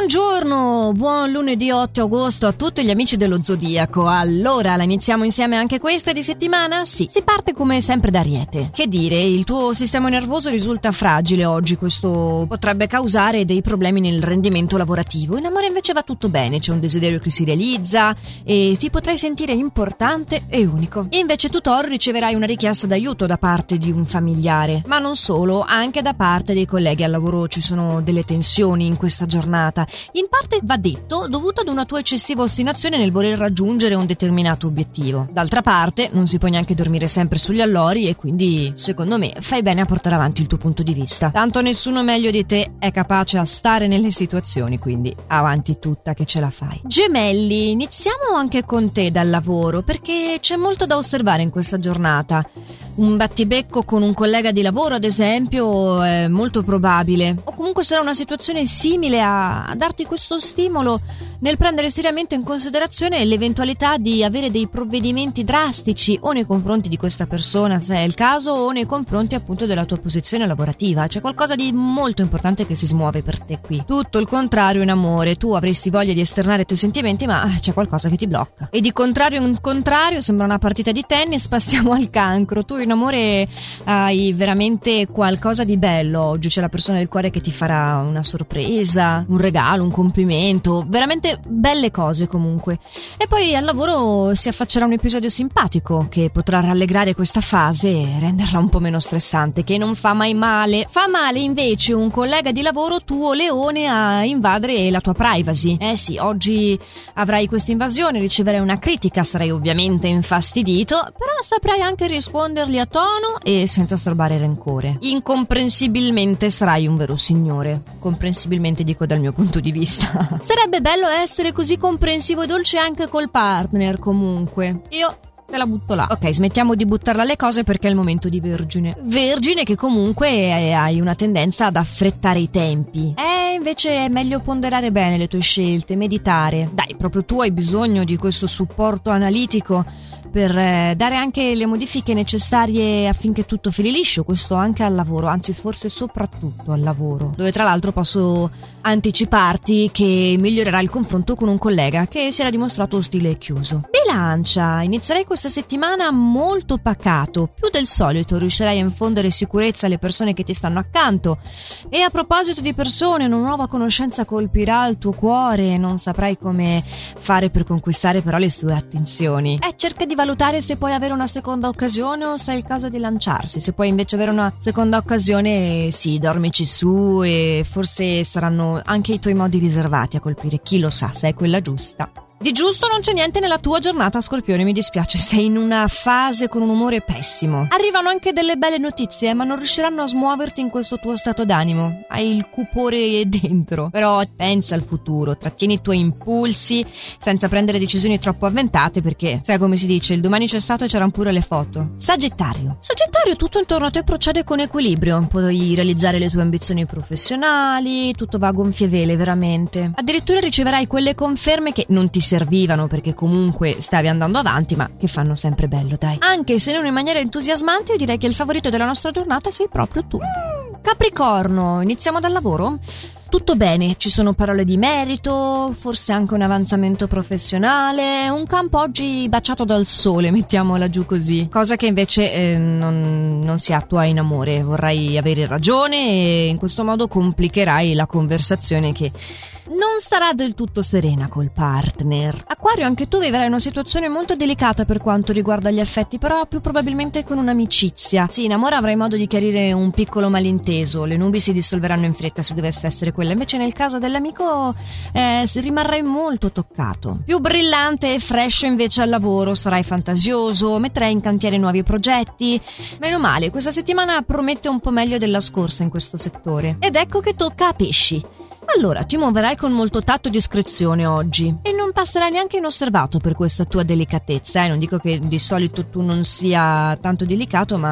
Buongiorno, buon lunedì 8 agosto a tutti gli amici dello Zodiaco. Allora, la iniziamo insieme anche questa di settimana? Sì, si parte come sempre da Ariete. Che dire, il tuo sistema nervoso risulta fragile oggi, questo potrebbe causare dei problemi nel rendimento lavorativo. In amore invece va tutto bene, c'è un desiderio che si realizza e ti potrai sentire importante e unico. Invece tu, Toro, riceverai una richiesta d'aiuto da parte di un familiare, ma non solo, anche da parte dei colleghi al lavoro ci sono delle tensioni in questa giornata. In parte, va detto, dovuto ad una tua eccessiva ostinazione nel voler raggiungere un determinato obiettivo. D'altra parte, non si può neanche dormire sempre sugli allori e quindi, secondo me, fai bene a portare avanti il tuo punto di vista. Tanto nessuno meglio di te è capace a stare nelle situazioni, quindi avanti tutta che ce la fai. Gemelli, iniziamo anche con te dal lavoro, perché c'è molto da osservare in questa giornata. Un battibecco con un collega di lavoro, ad esempio, è molto probabile. O comunque sarà una situazione simile a darti questo stimolo nel prendere seriamente in considerazione l'eventualità di avere dei provvedimenti drastici o nei confronti di questa persona, se è il caso, o nei confronti appunto della tua posizione lavorativa. C'è qualcosa di molto importante che si smuove per te qui. Tutto il contrario in amore, tu avresti voglia di esternare i tuoi sentimenti, ma c'è qualcosa che ti blocca. E di contrario in contrario sembra una partita di tennis, passiamo al Cancro. Tu in amore hai veramente qualcosa di bello oggi, c'è la persona del cuore che ti farà una sorpresa, un regalo, un complimento, veramente belle cose comunque. E poi al lavoro si affaccerà un episodio simpatico che potrà rallegrare questa fase e renderla un po' meno stressante, che non fa mai male. Fa male invece un collega di lavoro tuo leone a invadere la tua privacy. Sì, oggi avrai questa invasione, riceverai una critica, sarai ovviamente infastidito, però saprai anche rispondergli a tono e senza serbare rancore. Incomprensibilmente sarai un vero signore. Comprensibilmente dico dal mio punto di vista. Sarebbe bello essere così comprensivo e dolce anche col partner, comunque. Io te la butto là. Ok, smettiamo di buttarla le cose perché è il momento di Vergine. Vergine che comunque hai una tendenza ad affrettare i tempi. Invece è meglio ponderare bene le tue scelte, meditare. Dai, proprio tu hai bisogno di questo supporto analitico per dare anche le modifiche necessarie affinché tutto fili liscio, questo anche al lavoro, anzi forse soprattutto al lavoro, dove tra l'altro posso anticiparti che migliorerà il confronto con un collega che si era dimostrato ostile e chiuso. Bilancia, inizierai questa settimana molto pacato, più del solito riuscirai a infondere sicurezza alle persone che ti stanno accanto. E a proposito di persone, una nuova conoscenza colpirà il tuo cuore e non saprai come fare per conquistare però le sue attenzioni. Cerca di valutare se puoi avere una seconda occasione o se è il caso di lanciarsi. Se puoi invece avere una seconda occasione, sì, dormici su e forse saranno anche i tuoi modi riservati a colpire, chi lo sa se è quella giusta. Di giusto non c'è niente nella tua giornata, Scorpione, mi dispiace, sei in una fase con un umore pessimo. Arrivano anche delle belle notizie, ma non riusciranno a smuoverti in questo tuo stato d'animo. Hai il cupore dentro. Però pensa al futuro, trattieni i tuoi impulsi senza prendere decisioni troppo avventate, perché, sai come si dice, il domani c'è stato e c'erano pure le foto. Sagittario, tutto intorno a te procede con equilibrio. Puoi realizzare le tue ambizioni professionali, tutto va a gonfie vele, veramente. Addirittura riceverai quelle conferme che non ti servivano perché comunque stavi andando avanti, ma che fanno sempre bello, dai. Anche se non in maniera entusiasmante, io direi che il favorito della nostra giornata sei proprio tu. Capricorno, iniziamo dal lavoro? Tutto bene, ci sono parole di merito, forse anche un avanzamento professionale, un campo oggi baciato dal sole, mettiamola giù così, cosa che invece non si attua in amore. Vorrai avere ragione e in questo modo complicherai la conversazione che non sarà del tutto serena col partner. Acquario, anche tu vivrai una situazione molto delicata per quanto riguarda gli affetti, però più probabilmente con un'amicizia. Sì, in amore avrai modo di chiarire un piccolo malinteso, le nubi si dissolveranno in fretta se dovesse essere quella, invece nel caso dell'amico rimarrai molto toccato. Più brillante e fresh invece al lavoro, sarai fantasioso, metterai in cantiere nuovi progetti. Meno male, questa settimana promette un po' meglio della scorsa in questo settore. Ed ecco che tocca a Pesci. Allora, ti muoverai con molto tatto e discrezione oggi e non passerai neanche inosservato per questa tua delicatezza. Non dico che di solito tu non sia tanto delicato, ma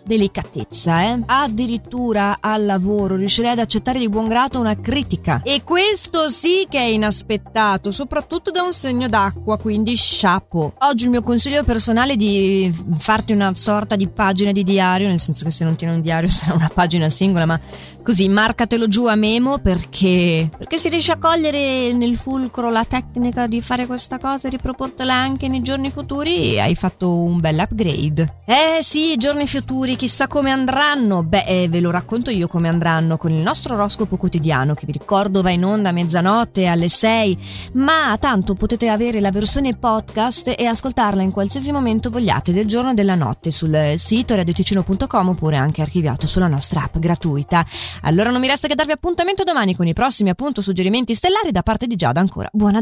delicatezza, addirittura al lavoro riuscirei ad accettare di buon grado una critica, e questo sì che è inaspettato, soprattutto da un segno d'acqua, quindi chapeau. Oggi il mio consiglio personale è di farti una sorta di pagina di diario, nel senso che se non tieni un diario sarà una pagina singola, ma così marcatelo giù a memo, perché si riesce a cogliere nel fulcro la tecnica di fare questa cosa e riproportela anche nei giorni futuri, hai fatto un bel upgrade. Sì, i giorni futuri chissà come andranno. Ve lo racconto io come andranno con il nostro oroscopo quotidiano, che vi ricordo va in onda a mezzanotte alle 6, ma tanto potete avere la versione podcast e ascoltarla in qualsiasi momento vogliate del giorno e della notte sul sito radioticino.com, oppure anche archiviato sulla nostra app gratuita. Allora non mi resta che darvi appuntamento domani con i prossimi appunto suggerimenti stellari da parte di Giada. Ancora buona